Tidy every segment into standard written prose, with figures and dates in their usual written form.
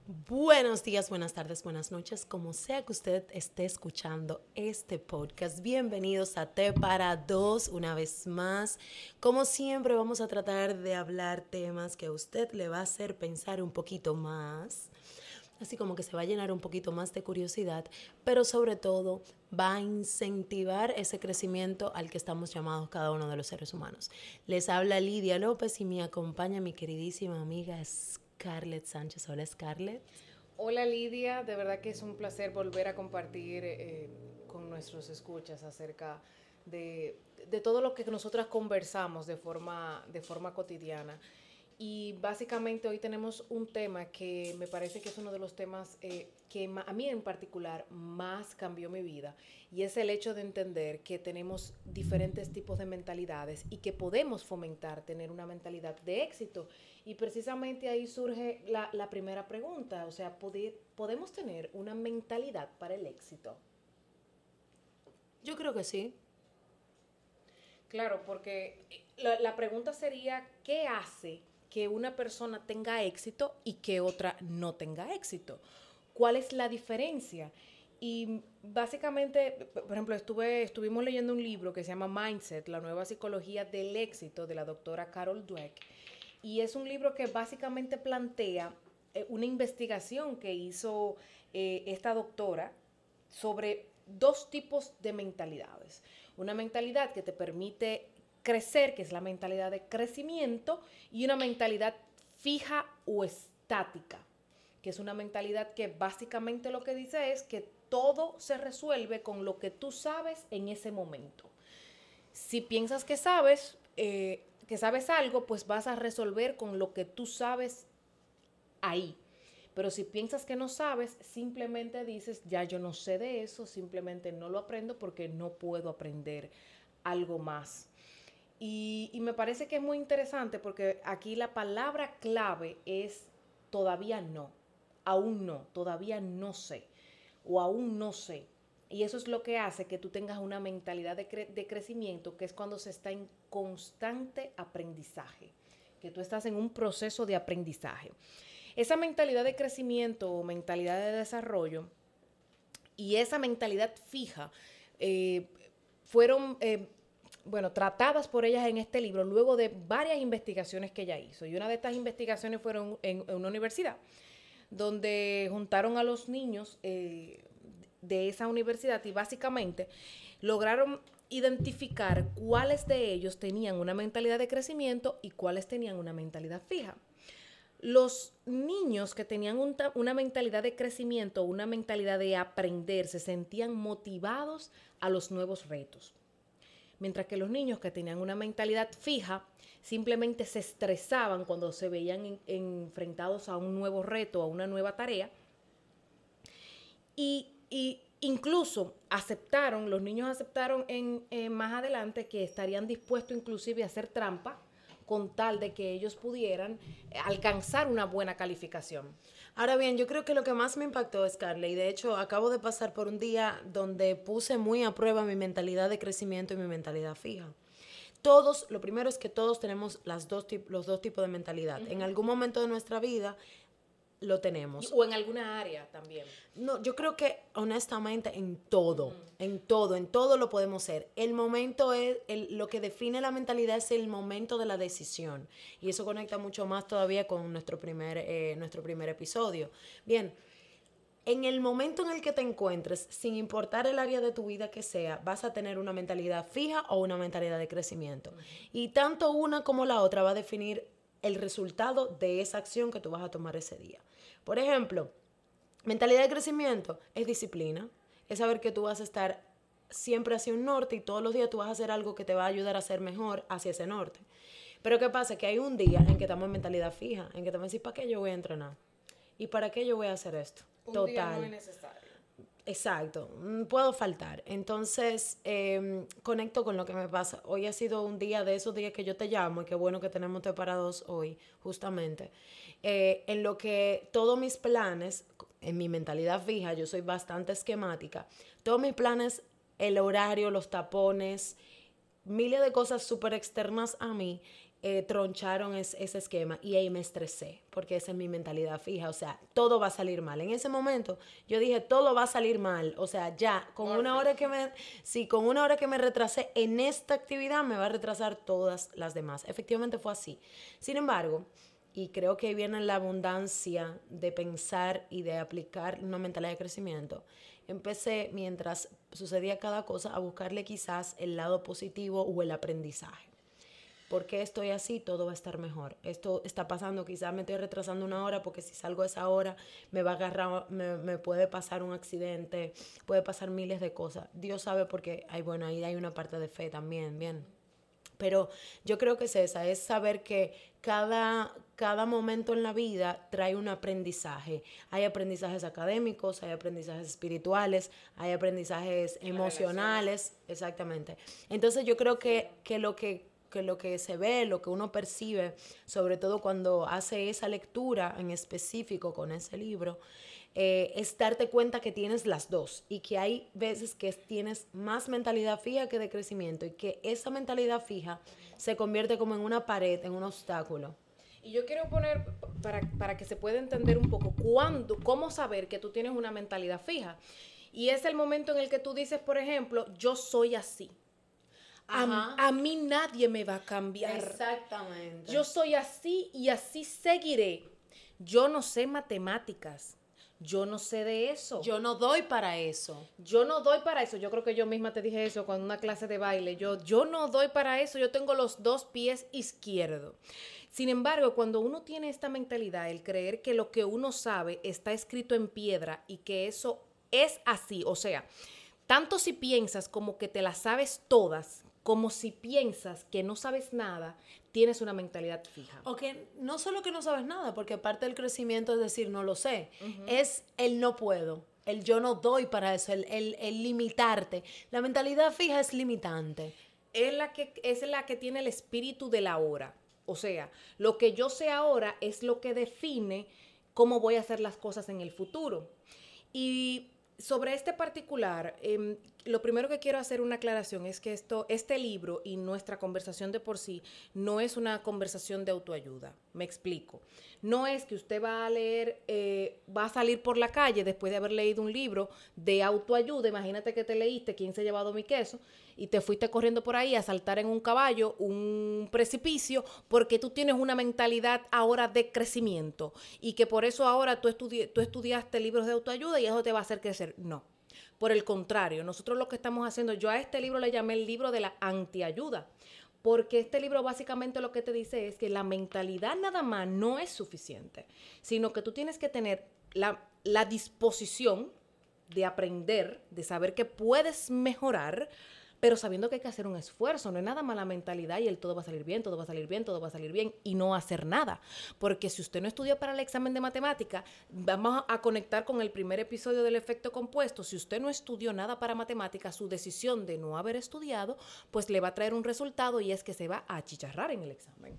Buenos días, buenas tardes, buenas noches, como sea que usted esté escuchando este podcast. Bienvenidos a Té para Dos una vez más. Como siempre vamos a tratar de hablar temas que a usted le va a hacer pensar un poquito más, así como que se va a llenar un poquito más de curiosidad, pero sobre todo va a incentivar ese crecimiento al que estamos llamados cada uno de los seres humanos. Les habla Lidia López y me acompaña mi queridísima amiga Scarlett Sánchez. Hola, Scarlett. Hola Lidia, de verdad que es un placer volver a compartir con nuestros escuchas acerca de todo lo que nosotras conversamos de forma cotidiana. Y básicamente hoy tenemos un tema que me parece que es uno de los temas que a mí en particular más cambió mi vida, y es el hecho de entender que tenemos diferentes tipos de mentalidades y que podemos fomentar tener una mentalidad de éxito. Y precisamente ahí surge la primera pregunta, o sea, ¿podemos tener una mentalidad para el éxito? Yo creo que sí. Claro, porque la pregunta sería, ¿qué hace que una persona tenga éxito y que otra no tenga éxito? ¿Cuál es la diferencia? Y básicamente, por ejemplo, estuvimos leyendo un libro que se llama Mindset, la nueva psicología del éxito, de la doctora Carol Dweck. Y es un libro que básicamente plantea una investigación que hizo esta doctora sobre dos tipos de mentalidades. Una mentalidad que te permite crecer, que es la mentalidad de crecimiento, y una mentalidad fija o estática, que es una mentalidad que básicamente lo que dice es que todo se resuelve con lo que tú sabes en ese momento. Si piensas que sabes algo, pues vas a resolver con lo que tú sabes ahí. Pero si piensas que no sabes, simplemente dices, ya yo no sé de eso, simplemente no lo aprendo porque no puedo aprender algo más. Y me parece que es muy interesante porque aquí la palabra clave es todavía no, aún no, todavía no sé o aún no sé. Y eso es lo que hace que tú tengas una mentalidad de crecimiento, que es cuando se está en constante aprendizaje, que tú estás en un proceso de aprendizaje. Esa mentalidad de crecimiento o mentalidad de desarrollo y esa mentalidad fija eh, fueron, bueno, tratadas por ellas en este libro luego de varias investigaciones que ella hizo. Y una de estas investigaciones fueron en una universidad, donde juntaron a los niños de esa universidad y básicamente lograron identificar cuáles de ellos tenían una mentalidad de crecimiento y cuáles tenían una mentalidad fija. Los niños que tenían una mentalidad de crecimiento, una mentalidad de aprender, se sentían motivados a los nuevos retos. Mientras que los niños que tenían una mentalidad fija simplemente se estresaban cuando se veían enfrentados a un nuevo reto, a una nueva tarea. Y incluso los niños aceptaron más adelante que estarían dispuestos inclusive a hacer trampa con tal de que ellos pudieran alcanzar una buena calificación. Ahora bien, yo creo que lo que más me impactó, Scarlett, y de hecho acabo de pasar por un día donde puse muy a prueba mi mentalidad de crecimiento y mi mentalidad fija. Todos, lo primero es que todos tenemos los dos tipos de mentalidad. En algún momento de nuestra vida lo tenemos. O en alguna área también. No, yo creo que honestamente en todo lo podemos ser. El momento es, lo que define la mentalidad es el momento de la decisión. Y eso conecta mucho más todavía con nuestro primer episodio. Bien, en el momento en el que te encuentres, sin importar el área de tu vida que sea, vas a tener una mentalidad fija o una mentalidad de crecimiento. Y tanto una como la otra va a definir el resultado de esa acción que tú vas a tomar ese día. Por ejemplo, mentalidad de crecimiento es disciplina, es saber que tú vas a estar siempre hacia un norte y todos los días tú vas a hacer algo que te va a ayudar a ser mejor hacia ese norte. Pero ¿qué pasa? Que hay un día en que estamos en mentalidad fija, en que te vas a decir, ¿para qué yo voy a entrenar? ¿Y para qué yo voy a hacer esto? Un día no es necesario. Exacto, puedo faltar. Entonces, conecto con lo que me pasa. Hoy ha sido un día de esos días que yo te llamo y qué bueno que tenemos preparados hoy, justamente. En lo que todos mis planes, en mi mentalidad fija, yo soy bastante esquemática, todos mis planes, el horario, los tapones, miles de cosas súper externas a mí, troncharon ese esquema y ahí me estresé, porque esa es mi mentalidad fija, o sea, todo va a salir mal. En ese momento yo dije, todo va a salir mal, o sea, ya, con una hora que me retrasé en esta actividad, me va a retrasar todas las demás. Efectivamente fue así. Sin embargo, y creo que viene la abundancia de pensar y de aplicar una mentalidad de crecimiento. Empecé, mientras sucedía cada cosa, a buscarle quizás el lado positivo o el aprendizaje. ¿Por qué estoy así? Todo va a estar mejor. Esto está pasando, quizás me estoy retrasando una hora porque si salgo a esa hora me va a agarrar, me puede pasar un accidente, puede pasar miles de cosas. Dios sabe porque, bueno, ahí hay una parte de fe también, bien. Pero yo creo que es saber que cada momento en la vida trae un aprendizaje. Hay aprendizajes académicos, hay aprendizajes espirituales, hay aprendizajes emocionales, exactamente. Entonces yo creo que lo que se ve, lo que uno percibe, sobre todo cuando hace esa lectura en específico con ese libro, es darte cuenta que tienes las dos y que hay veces que tienes más mentalidad fija que de crecimiento y que esa mentalidad fija se convierte como en una pared, en un obstáculo. Y yo quiero poner, para que se pueda entender un poco, cómo saber que tú tienes una mentalidad fija. Y es el momento en el que tú dices, por ejemplo, yo soy así. A mí nadie me va a cambiar. Exactamente. Yo soy así y así seguiré. Yo no sé matemáticas. Yo no sé de eso. Yo no doy para eso. Yo no doy para eso. Yo creo que yo misma te dije eso con una clase de baile. Yo no doy para eso. Yo tengo los 2 pies izquierdos. Sin embargo, cuando uno tiene esta mentalidad, el creer que lo que uno sabe está escrito en piedra y que eso es así, o sea, tanto si piensas como que te las sabes todas, como si piensas que no sabes nada, tienes una mentalidad fija. O que no solo que no sabes nada, porque parte del crecimiento es decir, no lo sé, es el no puedo, el yo no doy para eso, el limitarte. La mentalidad fija es limitante. Es la que tiene el espíritu de la hora. O sea, lo que yo sé ahora es lo que define cómo voy a hacer las cosas en el futuro. Y sobre este particular, lo primero que quiero hacer una aclaración es que este libro y nuestra conversación de por sí no es una conversación de autoayuda. Me explico. No es que usted va a leer, va a salir por la calle después de haber leído un libro de autoayuda. Imagínate que te leíste ¿Quién se ha llevado mi queso? Y te fuiste corriendo por ahí a saltar en un caballo, un precipicio, porque tú tienes una mentalidad ahora de crecimiento y que por eso ahora tú estudiaste libros de autoayuda y eso te va a hacer crecer. No. Por el contrario, nosotros lo que estamos haciendo, yo a este libro le llamé el libro de la antiayuda, porque este libro básicamente lo que te dice es que la mentalidad nada más no es suficiente, sino que tú tienes que tener la disposición de aprender, de saber que puedes mejorar, pero sabiendo que hay que hacer un esfuerzo. No es nada más la mentalidad y el todo va a salir bien, todo va a salir bien, todo va a salir bien y no hacer nada. Porque si usted no estudia para el examen de matemática, vamos a conectar con el primer episodio del efecto compuesto. Si usted no estudió nada para matemática, su decisión de no haber estudiado, pues le va a traer un resultado y es que se va a achicharrar en el examen.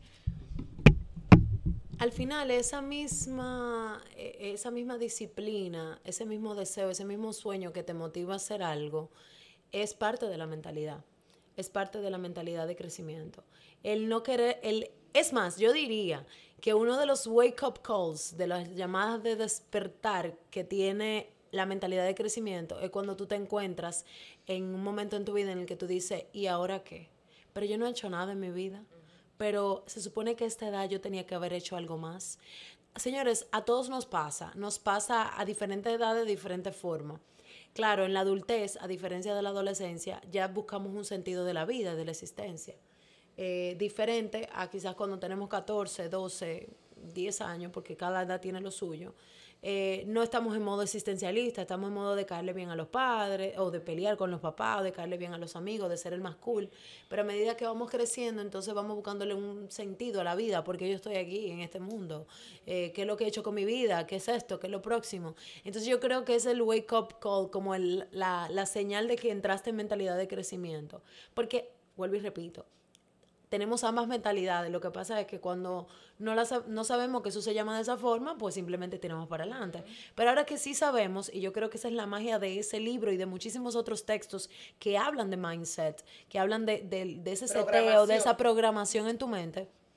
Al final, esa misma disciplina, ese mismo deseo, ese mismo sueño que te motiva a hacer algo, es parte de la mentalidad. Es parte de la mentalidad de crecimiento. El no querer, es más, yo diría que uno de los wake-up calls, de las llamadas de despertar que tiene la mentalidad de crecimiento, es cuando tú te encuentras en un momento en tu vida en el que tú dices, ¿y ahora qué? Pero yo no he hecho nada en mi vida. Pero se supone que a esta edad yo tenía que haber hecho algo más. Señores, a todos nos pasa a diferentes edades, de diferente forma. Claro, en la adultez, a diferencia de la adolescencia, ya buscamos un sentido de la vida, de la existencia. Diferente a quizás cuando tenemos 14, 12, 10 años, porque cada edad tiene lo suyo. No estamos en modo existencialista, estamos en modo de caerle bien a los padres, o de pelear con los papás, o de caerle bien a los amigos, de ser el más cool. Pero a medida que vamos creciendo, entonces vamos buscándole un sentido a la vida, porque yo estoy aquí en este mundo. ¿Qué es lo que he hecho con mi vida? ¿Qué es esto? ¿Qué es lo próximo? Entonces yo creo que es el wake up call, como la señal de que entraste en mentalidad de crecimiento. Porque, vuelvo y repito, tenemos ambas mentalidades. Lo que pasa es que cuando no sabemos que eso se llama de esa forma, pues simplemente tiramos para adelante. Pero ahora que sí sabemos, y yo creo que esa es la magia de ese libro y de muchísimos otros textos que hablan de mindset, que hablan de ese seteo, de esa programación en tu mente,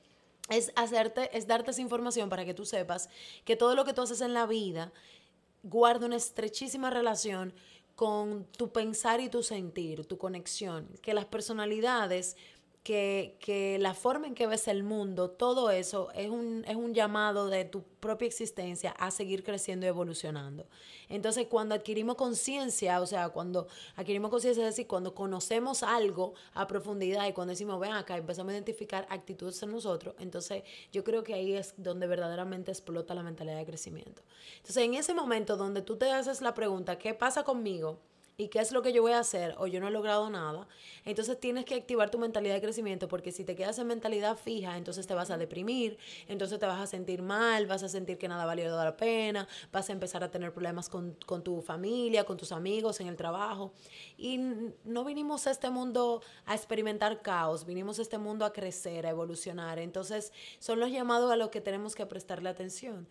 es darte esa información para que tú sepas que todo lo que tú haces en la vida guarda una estrechísima relación con tu pensar y tu sentir, tu conexión, que las personalidades, que la forma en que ves el mundo, todo eso es un llamado de tu propia existencia a seguir creciendo y evolucionando. Entonces, cuando adquirimos conciencia, o sea, cuando adquirimos conciencia, es decir, cuando conocemos algo a profundidad y cuando decimos, ven acá, empezamos a identificar actitudes en nosotros, entonces yo creo que ahí es donde verdaderamente explota la mentalidad de crecimiento. Entonces, en ese momento donde tú te haces la pregunta, ¿qué pasa conmigo? ¿Y qué es lo que yo voy a hacer? O yo no he logrado nada. Entonces tienes que activar tu mentalidad de crecimiento, porque si te quedas en mentalidad fija, entonces te vas a deprimir, entonces te vas a sentir mal, vas a sentir que nada valió la pena, vas a empezar a tener problemas con tu familia, con tus amigos, en el trabajo. Y no vinimos a este mundo a experimentar caos, vinimos a este mundo a crecer, a evolucionar. Entonces son los llamados a los que tenemos que prestarle atención.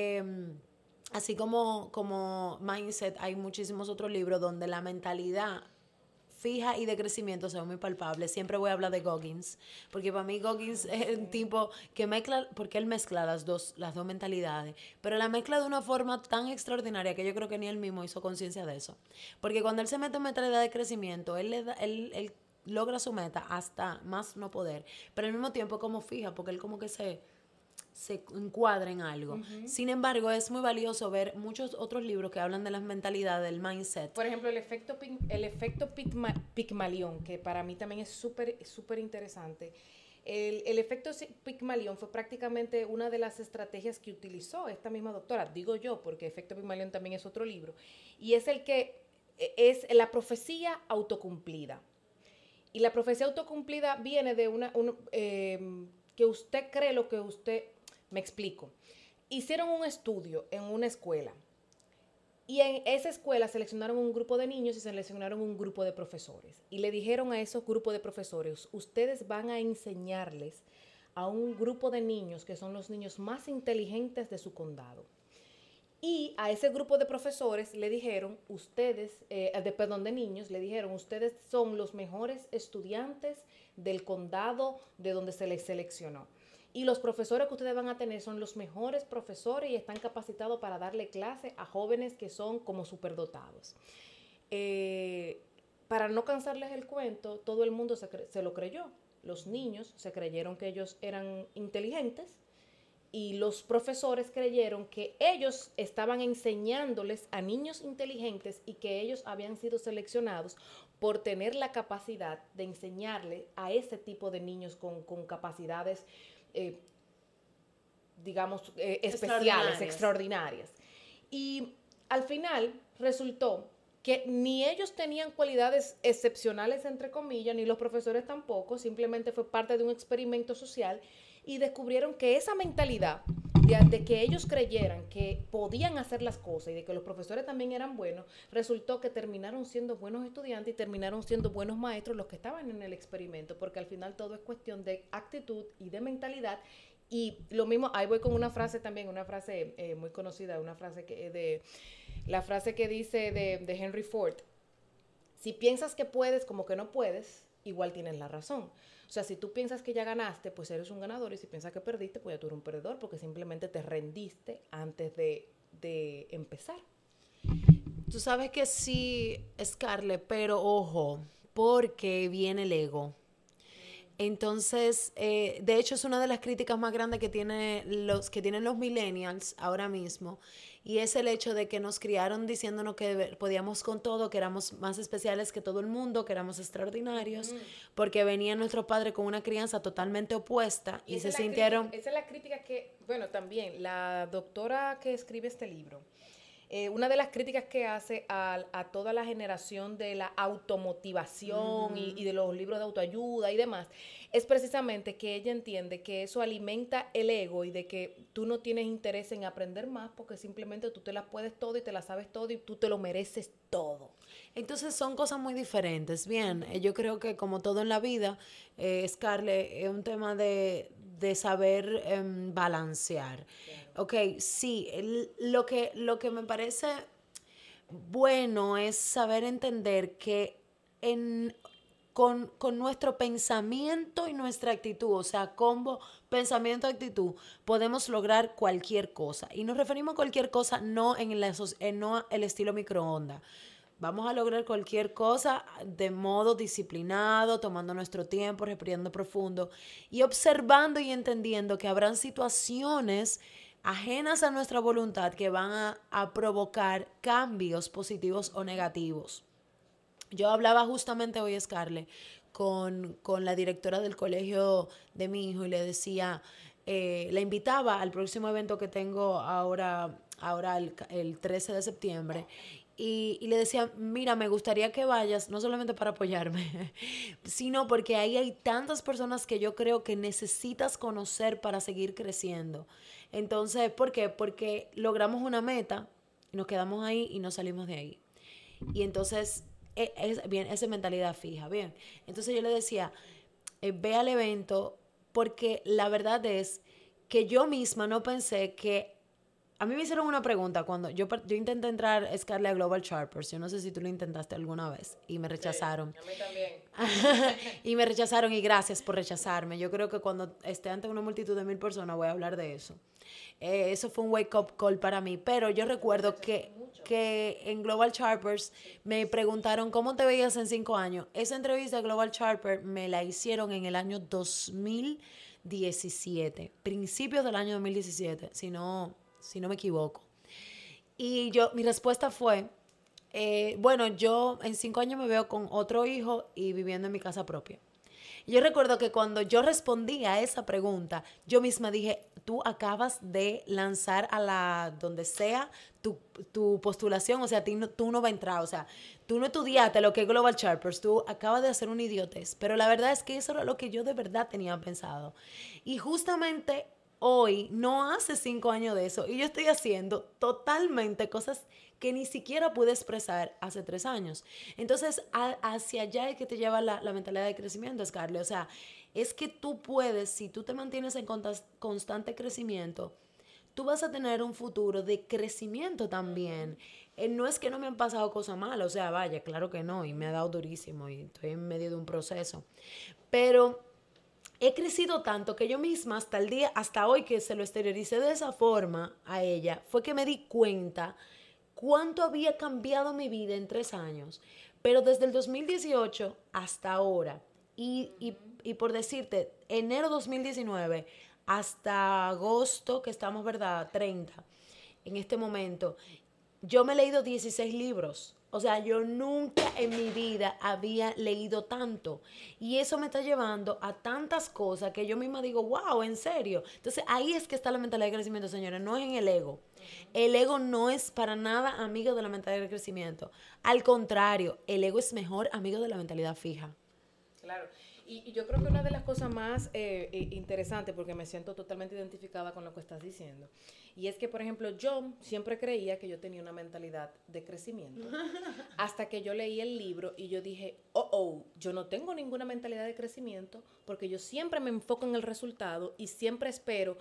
Así como Mindset, hay muchísimos otros libros donde la mentalidad fija y de crecimiento son muy palpables. Siempre voy a hablar de Goggins, porque para mí Goggins es un tipo que mezcla, porque él mezcla las dos mentalidades, pero la mezcla de una forma tan extraordinaria que yo creo que ni él mismo hizo conciencia de eso. Porque cuando él se mete en mentalidad de crecimiento, él logra su meta hasta más no poder, pero al mismo tiempo como fija, porque él como que se encuadra en algo. Sin embargo, es muy valioso ver muchos otros libros que hablan de las mentalidades, del mindset. Por ejemplo, el efecto Pigmalión, que para mí también es súper interesante. El efecto Pigmalión fue prácticamente una de las estrategias que utilizó esta misma doctora, digo yo, porque efecto Pigmalión también es otro libro, y es el que es la profecía autocumplida. Y la profecía autocumplida viene de que usted cree lo que usted... Me explico. Hicieron un estudio en una escuela y en esa escuela seleccionaron un grupo de niños y seleccionaron un grupo de profesores. Y le dijeron a esos grupos de profesores, ustedes van a enseñarles a un grupo de niños que son los niños más inteligentes de su condado. Y a ese grupo de profesores le dijeron, de niños, le dijeron, ustedes son los mejores estudiantes del condado de donde se les seleccionó. Y los profesores que ustedes van a tener son los mejores profesores y están capacitados para darle clase a jóvenes que son como superdotados. Para no cansarles el cuento, todo el mundo se lo creyó. Los niños se creyeron que ellos eran inteligentes y los profesores creyeron que ellos estaban enseñándoles a niños inteligentes y que ellos habían sido seleccionados por tener la capacidad de enseñarle a ese tipo de niños con capacidades especiales, extraordinarias. Y al final resultó que ni ellos tenían cualidades excepcionales, entre comillas, ni los profesores tampoco, simplemente fue parte de un experimento social y descubrieron que esa mentalidad de que ellos creyeran que podían hacer las cosas y de que los profesores también eran buenos, resultó que terminaron siendo buenos estudiantes y terminaron siendo buenos maestros los que estaban en el experimento, porque al final todo es cuestión de actitud y de mentalidad. Y lo mismo, ahí voy con una frase también, una frase muy conocida, la frase que dice de Henry Ford: si piensas que puedes como que no puedes, igual tienes la razón. O sea, si tú piensas que ya ganaste, pues eres un ganador, y si piensas que perdiste, pues ya tú eres un perdedor, porque simplemente te rendiste antes de empezar. Tú sabes que sí, Scarlett, pero ojo, porque viene el ego. Entonces, de hecho, es una de las críticas más grandes que tienen los millennials ahora mismo, y es el hecho de que nos criaron diciéndonos que podíamos con todo, que éramos más especiales que todo el mundo, que éramos extraordinarios, porque venían nuestros padres con una crianza totalmente opuesta y se sintieron... Esa es la crítica que, bueno, también la doctora que escribe este libro, una de las críticas que hace a toda la generación de la automotivación y de los libros de autoayuda y demás, es precisamente que ella entiende que eso alimenta el ego y de que tú no tienes interés en aprender más porque simplemente tú te las puedes todo y te las sabes todo y tú te lo mereces todo. Entonces son cosas muy diferentes. Bien, yo creo que como todo en la vida, Scarlett, es un tema de saber balancear. Claro. Ok, sí, lo que me parece bueno es saber entender que con nuestro pensamiento y nuestra actitud, o sea, combo pensamiento-actitud, podemos lograr cualquier cosa. Y nos referimos a cualquier cosa, no no el estilo microondas. Vamos a lograr cualquier cosa de modo disciplinado, tomando nuestro tiempo, respirando profundo y observando y entendiendo que habrán situaciones ajenas a nuestra voluntad que van a provocar cambios positivos o negativos. Yo hablaba justamente hoy, Scarlett, con la directora del colegio de mi hijo y le decía, la invitaba al próximo evento que tengo ahora el 13 de septiembre y le decía, mira, me gustaría que vayas, no solamente para apoyarme, sino porque ahí hay tantas personas que yo creo que necesitas conocer para seguir creciendo. Entonces, ¿por qué? Porque logramos una meta, nos quedamos ahí y no salimos de ahí. Y entonces, bien, esa mentalidad fija, bien. Entonces yo le decía, ve al evento porque la verdad es que yo misma no pensé que... A mí me hicieron una pregunta cuando yo intenté entrar a Scarlett a Global Sharpers. Yo no sé si tú lo intentaste alguna vez y me rechazaron. Sí, a mí también. Y me rechazaron y gracias por rechazarme. Yo creo que cuando esté ante una multitud de 1000 personas voy a hablar de eso. Eso fue un wake-up call para mí. Pero yo recuerdo que en Global Sharpers me preguntaron cómo te veías en 5 años. Esa entrevista a Global Sharper me la hicieron en el año 2017. Principios del año 2017, si no me equivoco. Y mi respuesta fue, bueno, yo en 5 años me veo con otro hijo y viviendo en mi casa propia. Y yo recuerdo que cuando yo respondí a esa pregunta, yo misma dije, tú acabas de lanzar donde sea, tu postulación, o sea, tú no vas a entrar, o sea, tú no estudiaste lo que es Global Sharpers, tú acabas de hacer una idiotez. Pero la verdad es que eso era lo que yo de verdad tenía pensado. Y justamente hoy, no hace 5 años de eso, y yo estoy haciendo totalmente cosas que ni siquiera pude expresar hace 3 años. Entonces, hacia allá es que te lleva la mentalidad de crecimiento, Scarlett. O sea, es que tú puedes, si tú te mantienes en constante crecimiento, tú vas a tener un futuro de crecimiento también. No es que no me han pasado cosas malas, o sea, vaya, claro que no, y me ha dado durísimo, y estoy en medio de un proceso. Pero he crecido tanto que yo misma hasta hoy que se lo exterioricé de esa forma a ella, fue que me di cuenta cuánto había cambiado mi vida en 3 años. Pero desde el 2018 hasta ahora, y por decirte, enero 2019 hasta agosto, que estamos, ¿verdad? 30, en este momento, yo me he leído 16 libros. O sea, yo nunca en mi vida había leído tanto. Y eso me está llevando a tantas cosas que yo misma digo, wow, en serio. Entonces ahí es que está la mentalidad de crecimiento, señores, no es en el ego. El ego no es para nada amigo de la mentalidad de crecimiento. Al contrario, el ego es mejor amigo de la mentalidad fija. Claro. Y yo creo que una de las cosas más interesantes, porque me siento totalmente identificada con lo que estás diciendo, y es que, por ejemplo, yo siempre creía que yo tenía una mentalidad de crecimiento, hasta que yo leí el libro y yo dije, yo no tengo ninguna mentalidad de crecimiento, porque yo siempre me enfoco en el resultado y siempre espero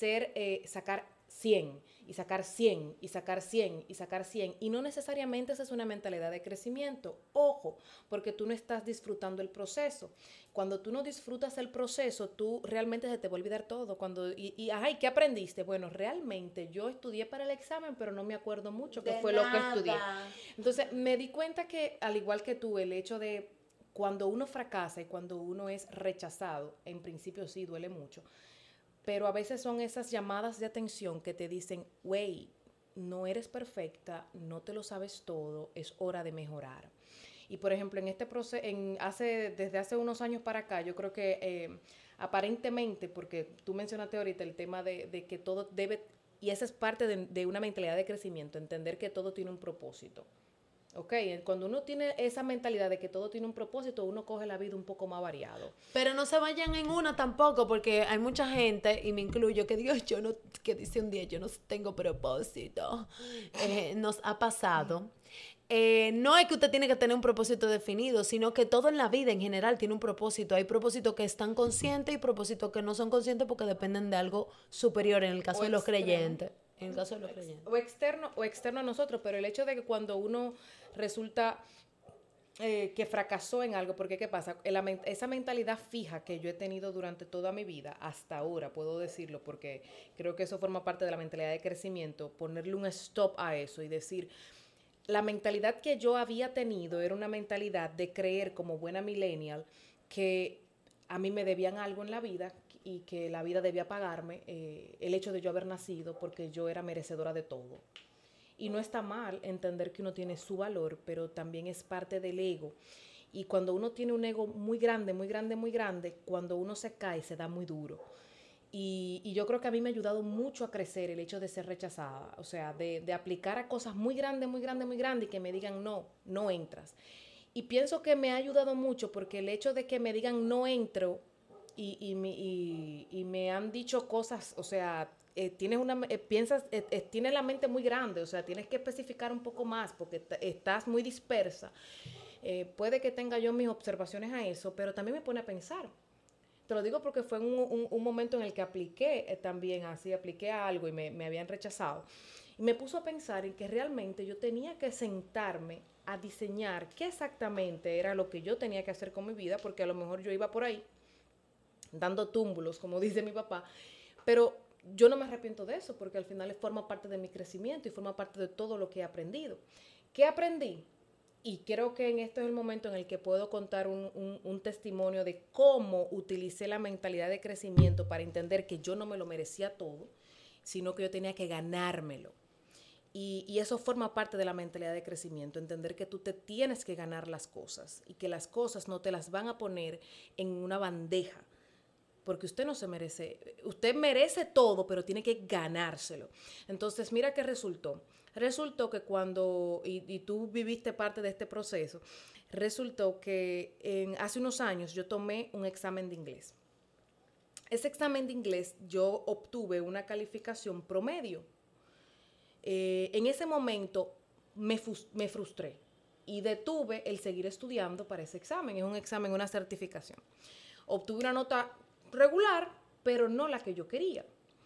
sacar 100 y sacar 100 y sacar 100 y sacar 100, y no necesariamente esa es una mentalidad de crecimiento. Ojo, porque tú no estás disfrutando el proceso. Cuando tú no disfrutas el proceso, tú realmente se te va a olvidar todo. ¿Y qué aprendiste? Bueno, realmente yo estudié para el examen, pero no me acuerdo mucho qué fue lo que estudié. Entonces me di cuenta que, al igual que tú, el hecho de cuando uno fracasa y cuando uno es rechazado, en principio sí duele mucho, pero a veces son esas llamadas de atención que te dicen, güey, no eres perfecta, no te lo sabes todo, es hora de mejorar. Y por ejemplo, en este proceso, desde hace unos años para acá, yo creo que aparentemente, porque tú mencionaste ahorita el tema de que todo debe, y esa es parte de una mentalidad de crecimiento, entender que todo tiene un propósito. Ok, cuando uno tiene esa mentalidad de que todo tiene un propósito, uno coge la vida un poco más variado. Pero no se vayan en una tampoco, porque hay mucha gente, y me incluyo, que digo, que dice un día, yo no tengo propósito. Nos ha pasado. No es que usted tiene que tener un propósito definido, sino que todo en la vida en general tiene un propósito. Hay propósitos que están conscientes y propósitos que no son conscientes porque dependen de algo superior, en el caso de los creyentes. En el caso de los creyentes. O externo a nosotros, pero el hecho de que cuando uno resulta que fracasó en algo, porque ¿qué pasa? Esa mentalidad fija que yo he tenido durante toda mi vida, hasta ahora, puedo decirlo, porque creo que eso forma parte de la mentalidad de crecimiento, ponerle un stop a eso y decir, la mentalidad que yo había tenido era una mentalidad de creer como buena millennial que a mí me debían algo en la vida y que la vida debía pagarme el hecho de yo haber nacido porque yo era merecedora de todo. Y no está mal entender que uno tiene su valor, pero también es parte del ego. Y cuando uno tiene un ego muy grande, muy grande, muy grande, cuando uno se cae, se da muy duro. Y yo creo que a mí me ha ayudado mucho a crecer el hecho de ser rechazada. O sea, de aplicar a cosas muy grandes, muy grandes, muy grandes y que me digan no, no entras. Y pienso que me ha ayudado mucho porque el hecho de que me digan no entro y me han dicho cosas, o sea, tienes la mente muy grande, o sea, tienes que especificar un poco más porque estás muy dispersa. Puede que tenga yo mis observaciones a eso, pero también me pone a pensar. Te lo digo porque fue un momento en el que apliqué también así, apliqué a algo y me habían rechazado. Y me puso a pensar en que realmente yo tenía que sentarme a diseñar qué exactamente era lo que yo tenía que hacer con mi vida, porque a lo mejor yo iba por ahí dando túmbulos, como dice mi papá, pero yo no me arrepiento de eso, porque al final forma parte de mi crecimiento y forma parte de todo lo que he aprendido. ¿Qué aprendí? Y creo que en este es el momento en el que puedo contar un testimonio de cómo utilicé la mentalidad de crecimiento para entender que yo no me lo merecía todo, sino que yo tenía que ganármelo. Y eso forma parte de la mentalidad de crecimiento, entender que tú te tienes que ganar las cosas y que las cosas no te las van a poner en una bandeja, porque usted no se merece, usted merece todo, pero tiene que ganárselo. Entonces, mira qué resultó. Resultó que y tú viviste parte de este proceso, resultó que hace unos años yo tomé un examen de inglés. Ese examen de inglés yo obtuve una calificación promedio. En ese momento me frustré y detuve el seguir estudiando para ese examen. Es un examen, una certificación. Obtuve una nota regular, pero no la que yo quería.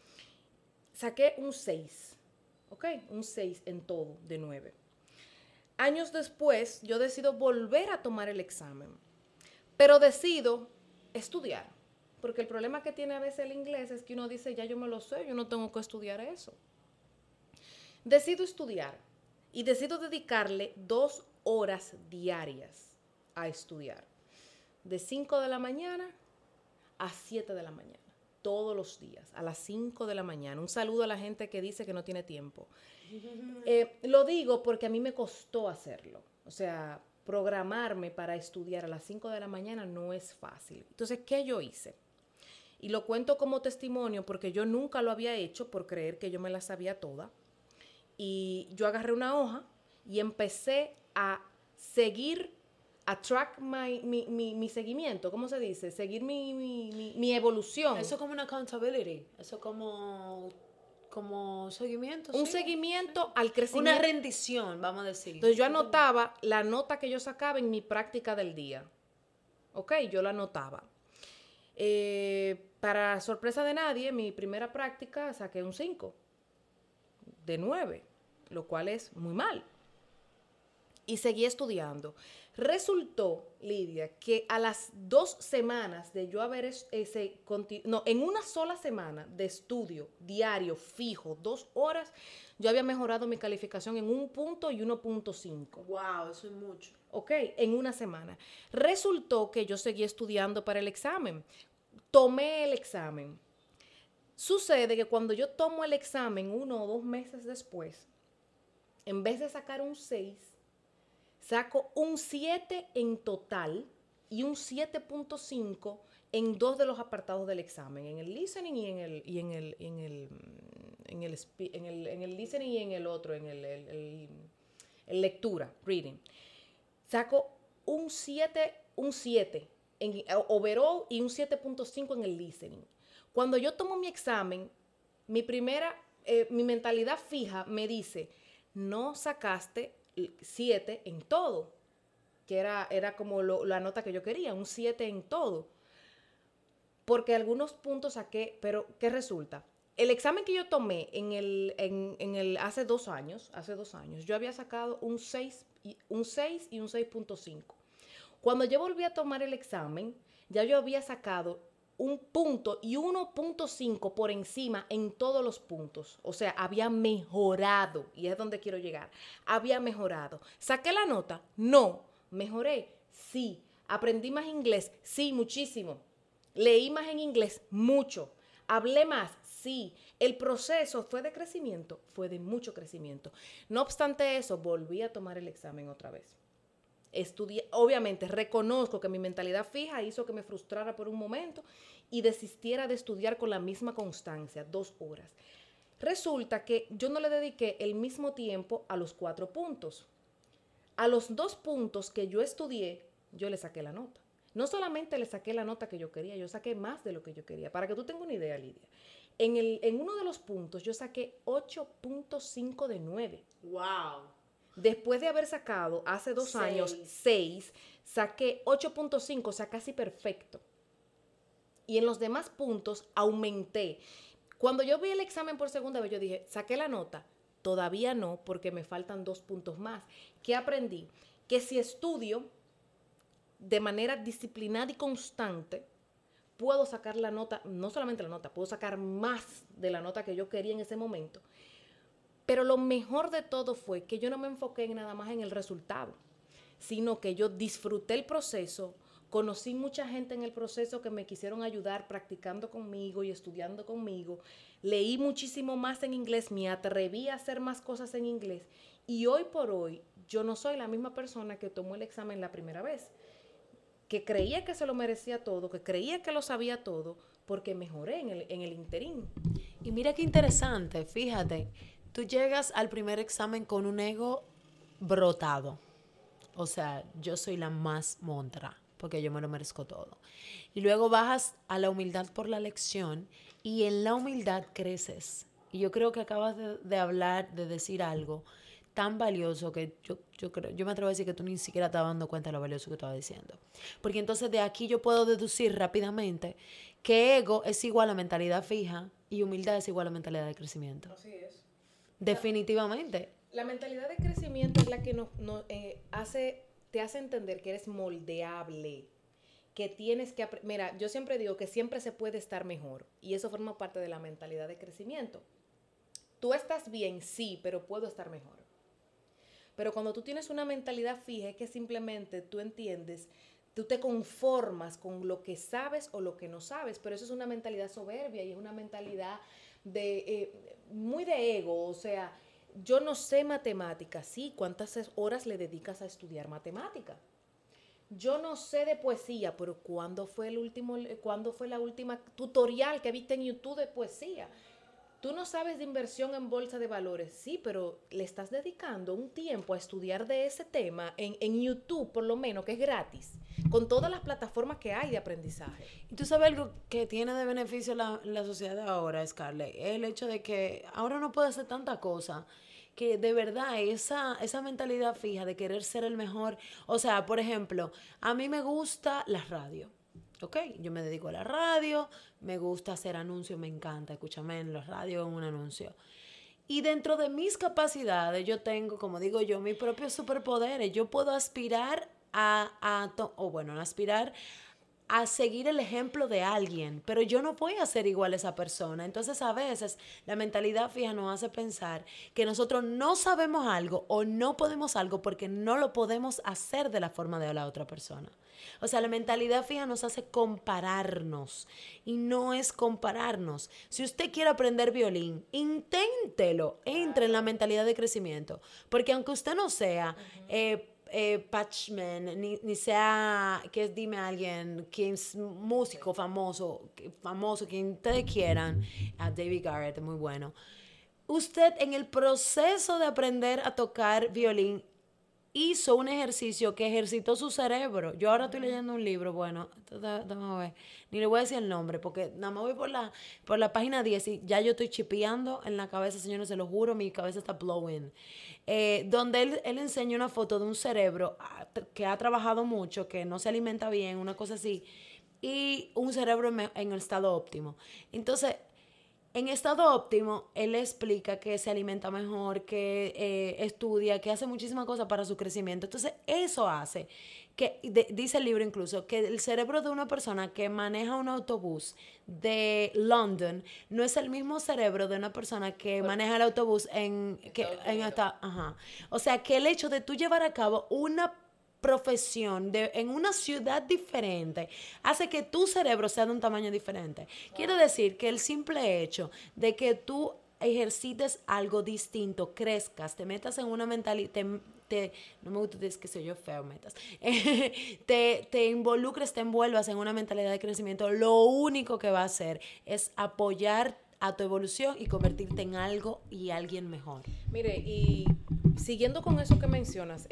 Saqué un 6, ¿ok? Un 6 en todo, de 9. Años después, yo decido volver a tomar el examen, pero decido estudiar, porque el problema que tiene a veces el inglés es que uno dice, ya yo me lo sé, yo no tengo que estudiar eso. Decido estudiar y decido dedicarle 2 horas diarias a estudiar, de 5 de la mañana a 7 de la mañana, todos los días, a las 5 de la mañana. Un saludo a la gente que dice que no tiene tiempo. Lo digo porque a mí me costó hacerlo. O sea, programarme para estudiar a las 5 de la mañana no es fácil. Entonces, ¿qué yo hice? Y lo cuento como testimonio porque yo nunca lo había hecho por creer que yo me la sabía toda. Y yo agarré una hoja y empecé a seguir, a track mi seguimiento, ¿cómo se dice? Seguir mi evolución. Eso como una accountability, eso como seguimiento. Un sí, seguimiento sí. al crecimiento. Una rendición, vamos a decir. Entonces yo anotaba la nota que yo sacaba en mi práctica del día. ¿Ok? Yo la anotaba. Para sorpresa de nadie, mi primera práctica saqué un 5 de 9, lo cual es muy mal. Y seguí estudiando. Resultó, Lidia, que a las 2 semanas de yo haber en una sola semana de estudio diario fijo, 2 horas, yo había mejorado mi calificación en 1 punto y 1.5. Wow, eso es mucho. Ok, en una semana. Resultó que yo seguí estudiando para el examen. Tomé el examen. Sucede que cuando yo tomo el examen 1 o 2 meses después, en vez de sacar un 6, saco un 7 en total y un 7.5 en 2 de los apartados del examen, en el listening y en el listening y en el otro, en el lectura, reading. Saco un 7 en overall y un 7.5 en el listening. Cuando yo tomo mi examen, mi mentalidad fija me dice, no sacaste 7 en todo, que era como la nota que yo quería, un 7 en todo. Porque algunos puntos saqué, pero ¿qué resulta? el examen que yo tomé hace 2 años, yo había sacado un 6 y un 6.5. Cuando yo volví a tomar el examen, ya yo había sacado un punto y 1.5 por encima en todos los puntos. O sea, había mejorado, y es donde quiero llegar. Había mejorado. ¿Saqué la nota? No. ¿Mejoré? Sí. ¿Aprendí más inglés? Sí, muchísimo. ¿Leí más en inglés? Mucho. ¿Hablé más? Sí. ¿El proceso fue de crecimiento? Fue de mucho crecimiento. No obstante eso, volví a tomar el examen otra vez. Estudié, obviamente, reconozco que mi mentalidad fija hizo que me frustrara por un momento y desistiera de estudiar con la misma constancia, 2 horas. Resulta que yo no le dediqué el mismo tiempo a los 4 puntos. A los 2 puntos que yo estudié, yo le saqué la nota. No solamente le saqué la nota que yo quería, yo saqué más de lo que yo quería. Para que tú tengas una idea, Lidia. En uno de los puntos yo saqué 8.5 de 9. ¡Wow! Después de haber sacado hace 2 años 6, saqué 8.5, o sea, casi perfecto. Y en los demás puntos aumenté. Cuando yo vi el examen por segunda vez, yo dije, ¿saqué la nota? Todavía no, porque me faltan 2 puntos más. ¿Qué aprendí? Que si estudio de manera disciplinada y constante, puedo sacar la nota, no solamente la nota, puedo sacar más de la nota que yo quería en ese momento. Pero lo mejor de todo fue que yo no me enfoqué nada más en el resultado, sino que yo disfruté el proceso, conocí mucha gente en el proceso que me quisieron ayudar practicando conmigo y estudiando conmigo, leí muchísimo más en inglés, me atreví a hacer más cosas en inglés y hoy por hoy yo no soy la misma persona que tomó el examen la primera vez, que creía que se lo merecía todo, que creía que lo sabía todo, porque mejoré en el interín. Y mira qué interesante, fíjate. Tú llegas al primer examen con un ego brotado. O sea, yo soy la más montra, porque yo me lo merezco todo. Y luego bajas a la humildad por la lección y en la humildad creces. Y yo creo que acabas de hablar, de decir algo tan valioso que yo me atrevo a decir que tú ni siquiera te estabas dando cuenta de lo valioso que estaba diciendo. Porque entonces de aquí yo puedo deducir rápidamente que ego es igual a mentalidad fija y humildad es igual a mentalidad de crecimiento. Así es. Definitivamente. La mentalidad de crecimiento es la que te hace entender que eres moldeable, que tienes que... Mira, yo siempre digo que siempre se puede estar mejor y eso forma parte de la mentalidad de crecimiento. Tú estás bien, sí, pero puedo estar mejor. Pero cuando tú tienes una mentalidad fija es que simplemente tú entiendes, tú te conformas con lo que sabes o lo que no sabes, pero eso es una mentalidad soberbia y es una mentalidad muy de ego. O sea, yo no sé matemáticas, sí, ¿cuántas horas le dedicas a estudiar matemática? Yo no sé de poesía, pero ¿cuándo fue la última tutorial que viste en YouTube de poesía? Tú no sabes de inversión en bolsa de valores, sí, pero le estás dedicando un tiempo a estudiar de ese tema en YouTube, por lo menos, que es gratis, con todas las plataformas que hay de aprendizaje. Y tú sabes algo que tiene de beneficio la sociedad de ahora, Scarlett, el hecho de que ahora no puede hacer tanta cosa, que de verdad esa mentalidad fija de querer ser el mejor, o sea, por ejemplo, a mí me gusta la radio. Ok, yo me dedico a la radio, me gusta hacer anuncios, me encanta, escúchame en la radio en un anuncio. Y dentro de mis capacidades yo tengo, como digo yo, mis propios superpoderes. Yo puedo aspirar aspirar a seguir el ejemplo de alguien, pero yo no voy a ser igual a esa persona. Entonces a veces la mentalidad fija nos hace pensar que nosotros no sabemos algo o no podemos algo porque no lo podemos hacer de la forma de la otra persona. O sea, la mentalidad fija nos hace compararnos y no es compararnos. Si usted quiere aprender violín, inténtelo, entre en la mentalidad de crecimiento, porque aunque usted no sea Patchman, ni sea, que dime a alguien, quien es músico famoso, quien ustedes quieran, a David Garrett, muy bueno. Usted en el proceso de aprender a tocar violín hizo un ejercicio que ejercitó su cerebro. Yo ahora estoy leyendo un libro, bueno, vamos a ver, ni le voy a decir el nombre, porque nada más voy por la página 10 y ya yo estoy chipeando en la cabeza, señores, se lo juro, mi cabeza está blowing. Donde él enseña una foto de un cerebro que ha trabajado mucho, que no se alimenta bien, una cosa así, y un cerebro en el estado óptimo. Entonces, En estado óptimo, él explica que se alimenta mejor, que estudia, que hace muchísimas cosas para su crecimiento. Entonces, eso hace que, dice el libro incluso, que el cerebro de una persona que maneja un autobús de London no es el mismo cerebro de una persona que maneja el autobús ajá. O sea, que el hecho de tú llevar a cabo una profesión en una ciudad diferente hace que tu cerebro sea de un tamaño diferente. Quiere decir que el simple hecho de que tú ejercites algo distinto, crezcas, te metas en una mentalidad, no me gusta decir que soy yo feo, metas, te involucres, te envuelvas en una mentalidad de crecimiento, lo único que va a hacer es apoyar a tu evolución y convertirte en algo y alguien mejor. Mire, y siguiendo con eso que mencionas,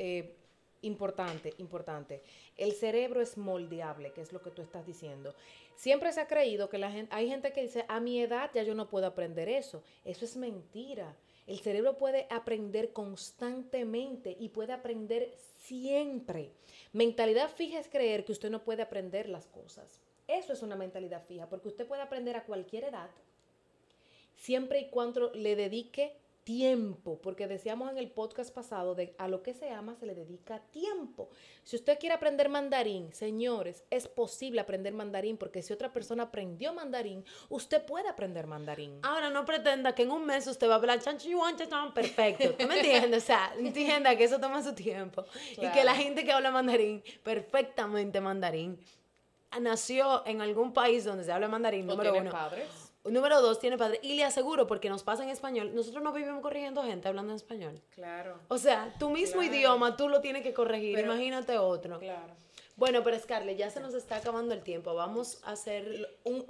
importante. El cerebro es moldeable, que es lo que tú estás diciendo. Siempre se ha creído que hay gente que dice, a mi edad ya yo no puedo aprender eso. Eso es mentira. El cerebro puede aprender constantemente y puede aprender siempre. Mentalidad fija es creer que usted no puede aprender las cosas. Eso es una mentalidad fija, porque usted puede aprender a cualquier edad, siempre y cuando le dedique tiempo, porque decíamos en el podcast pasado, a lo que se ama se le dedica tiempo. Si usted quiere aprender mandarín, señores, es posible aprender mandarín, porque si otra persona aprendió mandarín, usted puede aprender mandarín. Ahora, no pretenda que en un mes usted va a hablar perfecto, ¿tú me entiendes? O sea, entienda que eso toma su tiempo. Claro. Y que la gente que habla mandarín, perfectamente mandarín, nació en algún país donde se habla mandarín, número uno. Padres. Número 2, tiene padre. Y le aseguro, porque nos pasa en español, nosotros no vivimos corrigiendo gente hablando en español. Claro. O sea, tu mismo idioma, tú lo tienes que corregir. Pero, imagínate otro. Claro. Bueno, pero Scarlett, ya se nos está acabando el tiempo. Vamos a hacer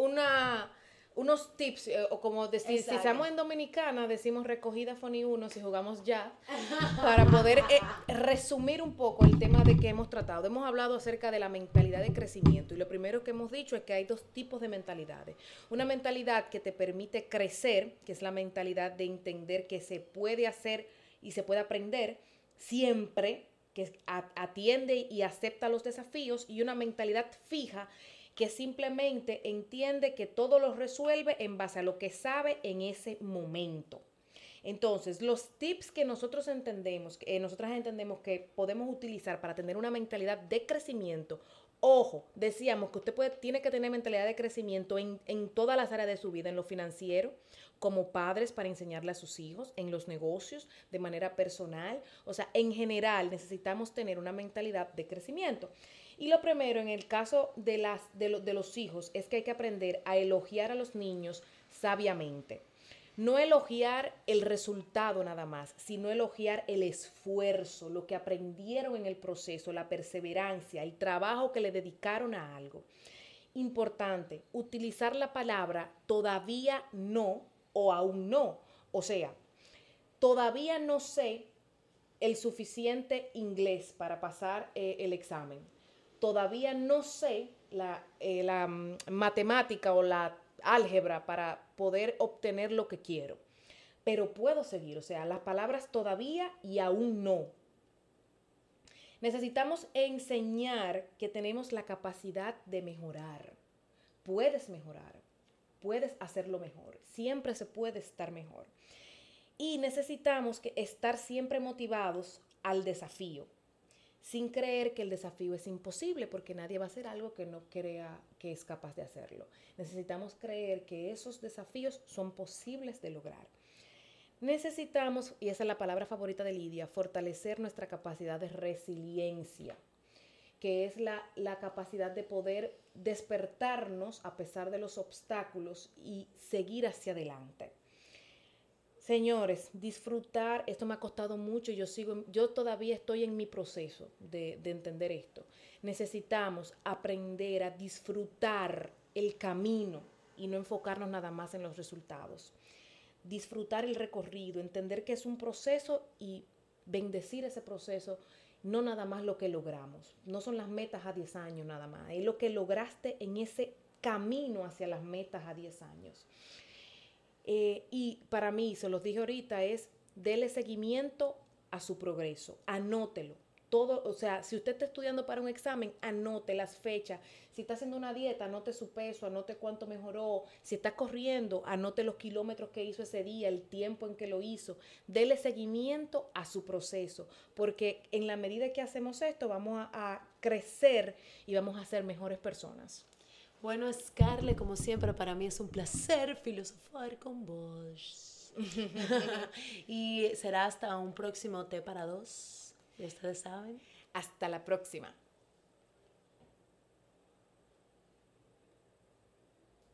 unos tips, o como decir, si estamos en Dominicana, decimos recogida Foni 1, si jugamos ya, para poder resumir un poco el tema de que hemos tratado. Hemos hablado acerca de la mentalidad de crecimiento, y lo primero que hemos dicho es que hay dos tipos de mentalidades. Una mentalidad que te permite crecer, que es la mentalidad de entender que se puede hacer y se puede aprender siempre, que atiende y acepta los desafíos, y una mentalidad fija que simplemente entiende que todo lo resuelve en base a lo que sabe en ese momento. Entonces, los tips que nosotras entendemos que podemos utilizar para tener una mentalidad de crecimiento. Ojo, decíamos que usted tiene que tener mentalidad de crecimiento en todas las áreas de su vida, en lo financiero, como padres para enseñarle a sus hijos, en los negocios, de manera personal. O sea, en general necesitamos tener una mentalidad de crecimiento. Y lo primero, en el caso de los hijos, es que hay que aprender a elogiar a los niños sabiamente. No elogiar el resultado nada más, sino elogiar el esfuerzo, lo que aprendieron en el proceso, la perseverancia, el trabajo que le dedicaron a algo. Importante, utilizar la palabra todavía no o aún no. O sea, todavía no sé el suficiente inglés para pasar el examen. Todavía no sé la matemática o la álgebra para poder obtener lo que quiero, pero puedo seguir. O sea, las palabras todavía y aún no. Necesitamos enseñar que tenemos la capacidad de mejorar. Puedes mejorar, puedes hacerlo mejor, siempre se puede estar mejor. Y necesitamos estar siempre motivados al desafío, sin creer que el desafío es imposible, porque nadie va a hacer algo que no crea que es capaz de hacerlo. Necesitamos creer que esos desafíos son posibles de lograr. Necesitamos, y esa es la palabra favorita de Lidia, fortalecer nuestra capacidad de resiliencia, que es la capacidad de poder despertarnos a pesar de los obstáculos y seguir hacia adelante. Señores, disfrutar, esto me ha costado mucho, yo todavía estoy en mi proceso de entender esto. Necesitamos aprender a disfrutar el camino y no enfocarnos nada más en los resultados. Disfrutar el recorrido, entender que es un proceso y bendecir ese proceso, no nada más lo que logramos. No son las metas a 10 años nada más, es lo que lograste en ese camino hacia las metas a 10 años. Y para mí, se los dije ahorita, es dele seguimiento a su progreso, anótelo, todo, o sea, si usted está estudiando para un examen, anote las fechas. Si está haciendo una dieta, anote su peso, anote cuánto mejoró. Si está corriendo, anote los kilómetros que hizo ese día, el tiempo en que lo hizo. Dele seguimiento a su proceso, porque en la medida que hacemos esto, vamos a crecer y vamos a ser mejores personas. Bueno, Scarlett, como siempre, para mí es un placer filosofar con vos. Y será hasta un próximo té para dos. Y ustedes saben. Hasta la próxima.